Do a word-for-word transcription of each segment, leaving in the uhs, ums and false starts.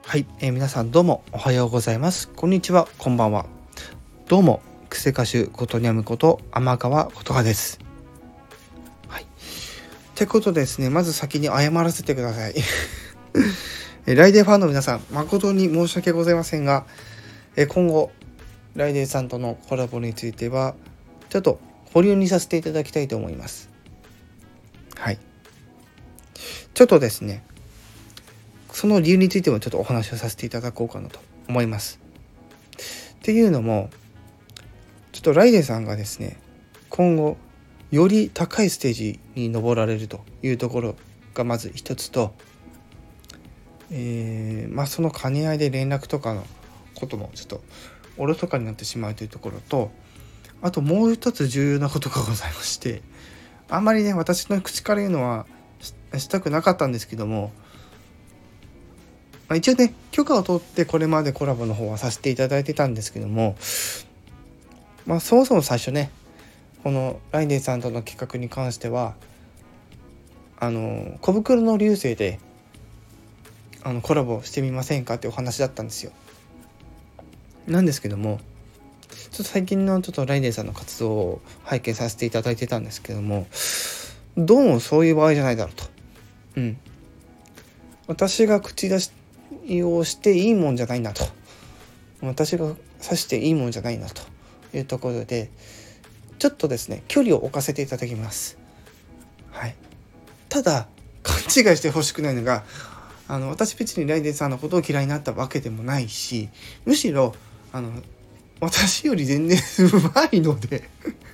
はい、えー、皆さんどうもおはようございます。こんにちは、こんばんは。どうもクセ歌手ことにゃむこと天川ことかです。はい。ってことでですね、まず先に謝らせてください。えー、ライデーファンの皆さん、誠に申し訳ございませんが、えー、今後ライデーさんとのコラボについてはちょっと保留にさせていただきたいと思います。はい。ちょっとですね。その理由についてもちょっとお話をさせていただこうかなと思います。っていうのもちょっとライデンさんがですね今後より高いステージに上られるというところがまず一つと、えー、まあその兼ね合いで連絡とかのこともちょっとおろそかになってしまうというところと、あともう一つ重要なことがございまして、あんまりね私の口から言うのは し, したくなかったんですけども、まあ、一応ね許可を取ってこれまでコラボの方はさせていただいてたんですけども、まあそもそも最初ねこのライデンさんとの企画に関してはあの小袋の流星であのコラボしてみませんかってお話だったんですよ。なんですけどもちょっと最近のちょっとライデンさんの活動を拝見させていただいてたんですけども、どうもそういう場合じゃないだろうと。うん。私が口出しをしていいもんじゃないなと。私が指していいもんじゃないなというところで、ちょっとですね距離を置かせていただきます。はい。ただ勘違いしてほしくないのが、あの私別にライデンさんのことを嫌いになったわけでもないし、むしろあの私より全然うまいので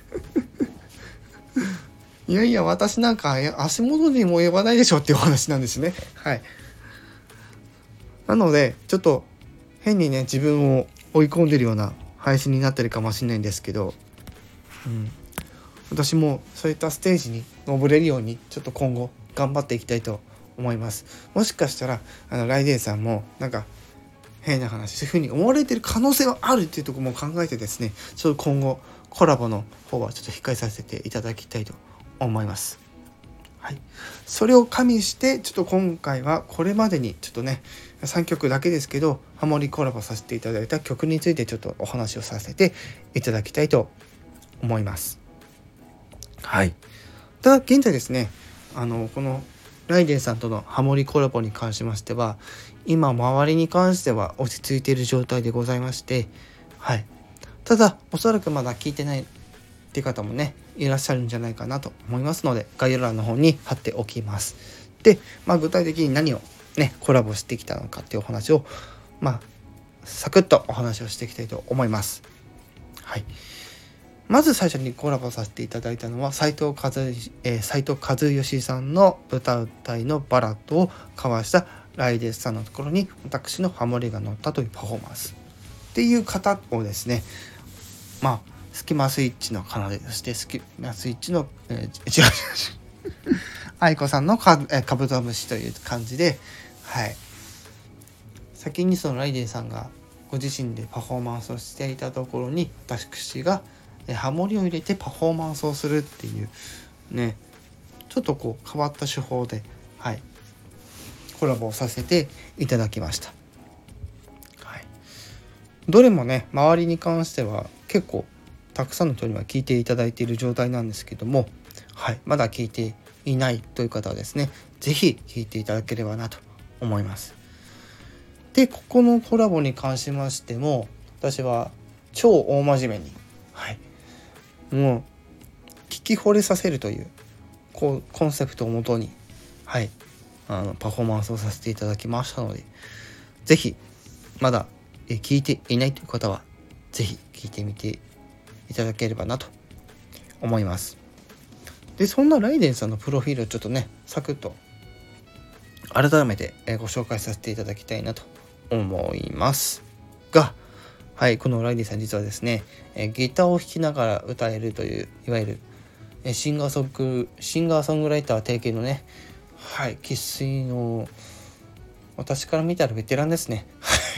いやいや私なんか足元にも及ばないでしょっていう話なんですね。はい。なのでちょっと変にね自分を追い込んでるような配信になってるかもしれないんですけど、うん、私もそういったステージに登れるようにちょっと今後頑張っていきたいと思います。もしかしたらあのライデンさんもなんか変な話そういう風に思われてる可能性はあるっていうところも考えてですね、ちょっと今後コラボの方はちょっと控えさせていただきたいと思います。はい、それを加味してちょっと今回はこれまでにちょっとねさんきょくだけですけどハモリコラボさせていただいた曲についてちょっとお話をさせていただきたいと思います。はい。ただ現在ですねあのこのライデンさんとのハモリコラボに関しましては今周りに関しては落ち着いている状態でございまして、はい。ただおそらくまだ聞いてないっていう方もねいらっしゃるんじゃないかなと思いますので概要欄の方に貼っておきます。で、まあ、具体的に何をねコラボしてきたのかっていうお話をまあサクッとお話をしていきたいと思います。はい。まず最初にコラボさせていただいたのは斉藤和、えー、斉藤和義さんの歌うたいのバラッドをカバーしたライデンさんのところに私のハモリが乗ったというパフォーマンスっていう方をですね、まあスキマスイッチの奏で、そしてスキマスイッチの、えー、違う違う愛子さんのか、えー、カブトムシという感じで、はい。先にそのライデンさんがご自身でパフォーマンスをしていたところに私がハモリを入れてパフォーマンスをするっていうね、ちょっとこう変わった手法で、はい、コラボをさせていただきました。はい。どれもね周りに関しては結構たくさんの人には聞いていただいている状態なんですけども、はい、まだ聞いていないという方はですね是非聞いていただければなと思います。でここのコラボに関しましても私は超大真面目に、はい、もう聞き惚れさせるというこうコンセプトをもとに、はい、あのパフォーマンスをさせていただきましたので、ぜひまだ聞いていないという方はぜひ聞いてみていただければなと思います。でそんなライデンさんのプロフィールをちょっとねサクッと改めてご紹介させていただきたいなと思いますが、はい、このライデンさん実はですねギターを弾きながら歌えるといういわゆるシンガーソングシンガーソングライター提携のね、はい生粋の私から見たらベテランですね。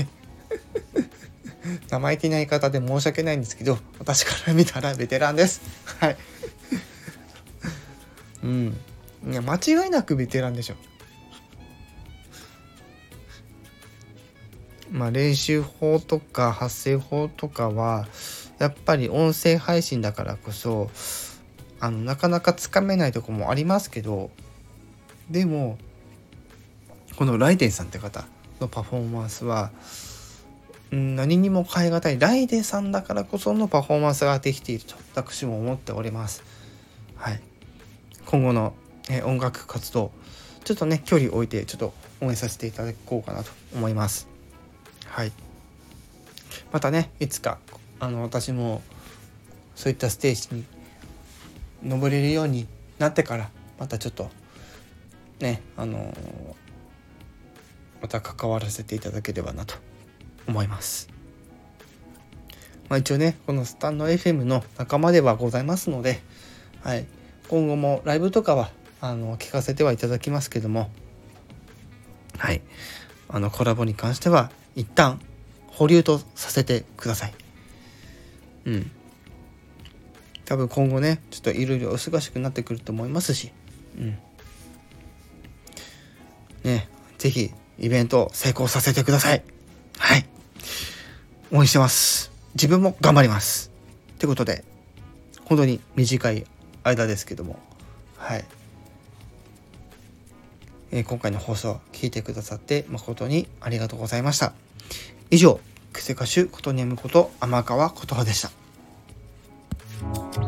生意気な言い方で申し訳ないんですけど私から見たらベテランです。はい。うん。いや間違いなくベテランでしょ。 まあ、練習法とか発声法とかはやっぱり音声配信だからこそあのなかなかつかめないとこもありますけど、でもこのライデンさんって方のパフォーマンスは何にも代え難い、ライデンさんだからこそのパフォーマンスができていると私も思っております。はい、今後の、え音楽活動ちょっとね距離を置いてちょっと応援させていただこうかなと思います。はい、またねいつかあの私もそういったステージに登れるようになってからまたちょっとねあのまた関わらせていただければなと思います。まあ、一応ねこのスタンド エフエム の仲間ではございますので、はい、今後もライブとかはあの聞かせてはいただきますけども、はい、あのコラボに関しては一旦保留とさせてください。うん。多分今後ねちょっといろいろ忙しくなってくると思いますし、うん。ね、ぜひイベント成功させてください。はい。応援してます。自分も頑張ります。ということで、本当に短い間ですけども、はい。えー、今回の放送を聞いてくださって誠にありがとうございました。以上、クセ歌手ことネームこと天川琴葉でした。